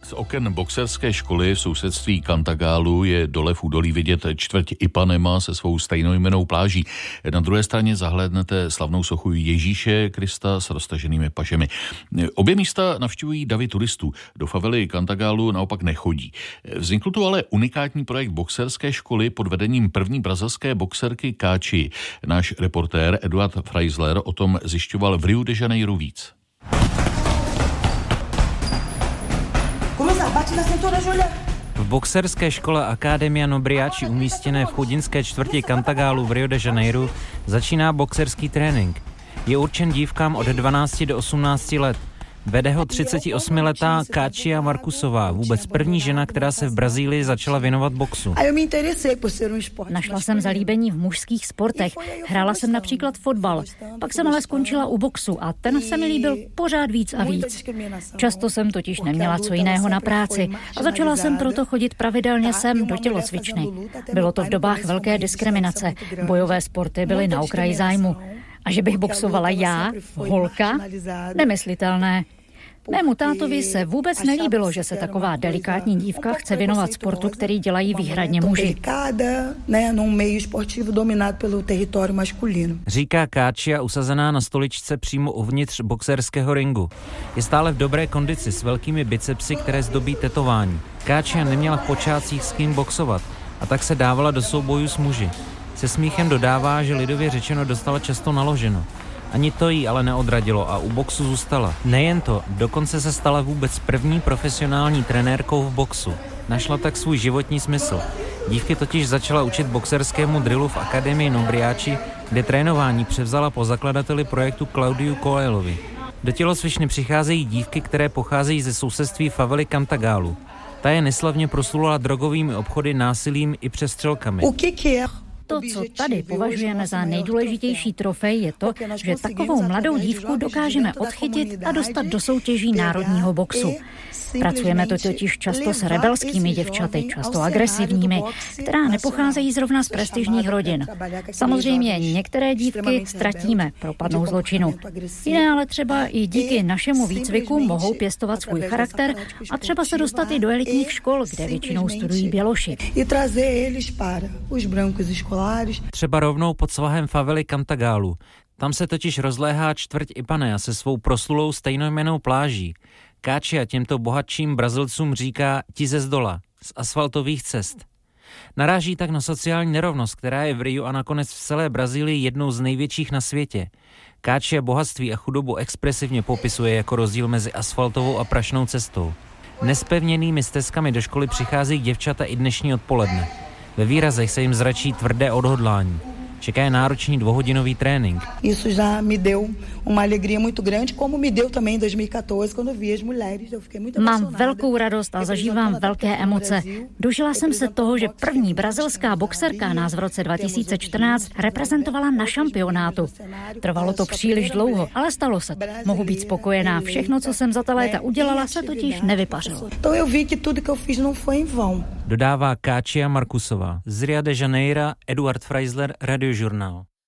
Z oken boxerské školy v sousedství Cantagallu je dole v údolí vidět čtvrť Ipanema se svou stejnojmennou pláží. Na druhé straně zahlédnete slavnou sochu Ježíše Krista s roztaženými pažemi. Obě místa navštěvují davy turistů. Do favely Cantagallu naopak nechodí. Vznikl tu ale unikátní projekt boxerské školy pod vedením první brazilské boxerky Káči. Náš reportér Eduard Freisler o tom zjišťoval v Rio de Janeiro víc. V boxerské škole Academia Nobriachi umístěné v chudinské čtvrti Cantagallu v Rio de Janeiro začíná boxerský trénink. Je určen dívkám od 12 do 18 let. Vede ho 38letá Káčia Markusová, vůbec první žena, která se v Brazílii začala věnovat boxu. Našla jsem zalíbení v mužských sportech. Hrála jsem například fotbal. Pak jsem ale skončila u boxu a ten se mi líbil pořád víc a víc. Často jsem totiž neměla co jiného na práci a začala jsem proto chodit pravidelně sem do tělocvičny. Bylo to v dobách velké diskriminace. Bojové sporty byly na okraji zájmu. A že bych boxovala já, holka? Nemyslitelné. Mému tátovi se vůbec nelíbilo, že se taková delikátní dívka chce věnovat sportu, který dělají výhradně muži. Říká Káčia usazená na stoličce přímo uvnitř boxerského ringu. Je stále v dobré kondici s velkými bicepsy, které zdobí tetování. Káčia neměla v počátcích s kým boxovat a tak se dávala do soubojů s muži. Se smíchem dodává, že lidově řečeno dostala často naloženo. Ani to jí ale neodradilo a u boxu zůstala. Nejen to, dokonce se stala vůbec první profesionální trenérkou v boxu. Našla tak svůj životní smysl. Dívky totiž začala učit boxerskému drillu v Akademii Nobriachi, kde trénování převzala po zakladateli projektu Claudiu Coelhovi. Do tělocvičny přicházejí dívky, které pocházejí ze sousedství favely Cantagallu. Ta je neslavně proslula drogovými obchody, násilím i přestřelkami. To, co tady považujeme za nejdůležitější trofej, je to, že takovou mladou dívku dokážeme odchytit a dostat do soutěží národního boxu. Pracujeme to totiž často s rebelskými děvčaty, často agresivními, která nepocházejí zrovna z prestižních rodin. Samozřejmě některé dívky ztratíme, propadnou zločinu. Jiné ale třeba i díky našemu výcviku mohou pěstovat svůj charakter a třeba se dostat i do elitních škol, kde většinou studují běloši. Třeba rovnou pod svahem favely Cantagallu. Tam se totiž rozléhá čtvrť Ipanema se svou proslulou stejnojmennou pláží. Káčia těmto bohatším Brazilcům říká ti ze zdola, z asfaltových cest. Naráží tak na sociální nerovnost, která je v Riu a nakonec v celé Brazílii jednou z největších na světě. Káčia bohatství a chudobu expresivně popisuje jako rozdíl mezi asfaltovou a prašnou cestou. Nespevněnými stezkami do školy přicházejí děvčata i dnešní odpoledne. Ve výrazech se jim zračí tvrdé odhodlání. Čeká je náročný 2hodinový trénink. Isso já me deu uma alegria muito grande, como me deu também em 2014, quando eu vi as mulheres, eu fiquei muito emocionada. Mám velkou radost a zažívám velké emoce. Dožila jsem se toho, že první brazilská boxerka nás v roce 2014 reprezentovala na šampionátu. Trvalo to příliš dlouho, ale stalo se. Mohu být spokojená. Všechno, co jsem za ta léta udělala, se totiž nevypařilo. Então eu vi que tudo que eu fiz não foi em vão. Dodává Káčia Markusová. Z Ria de Janeiro, Eduard Freisler, Radiožurnál.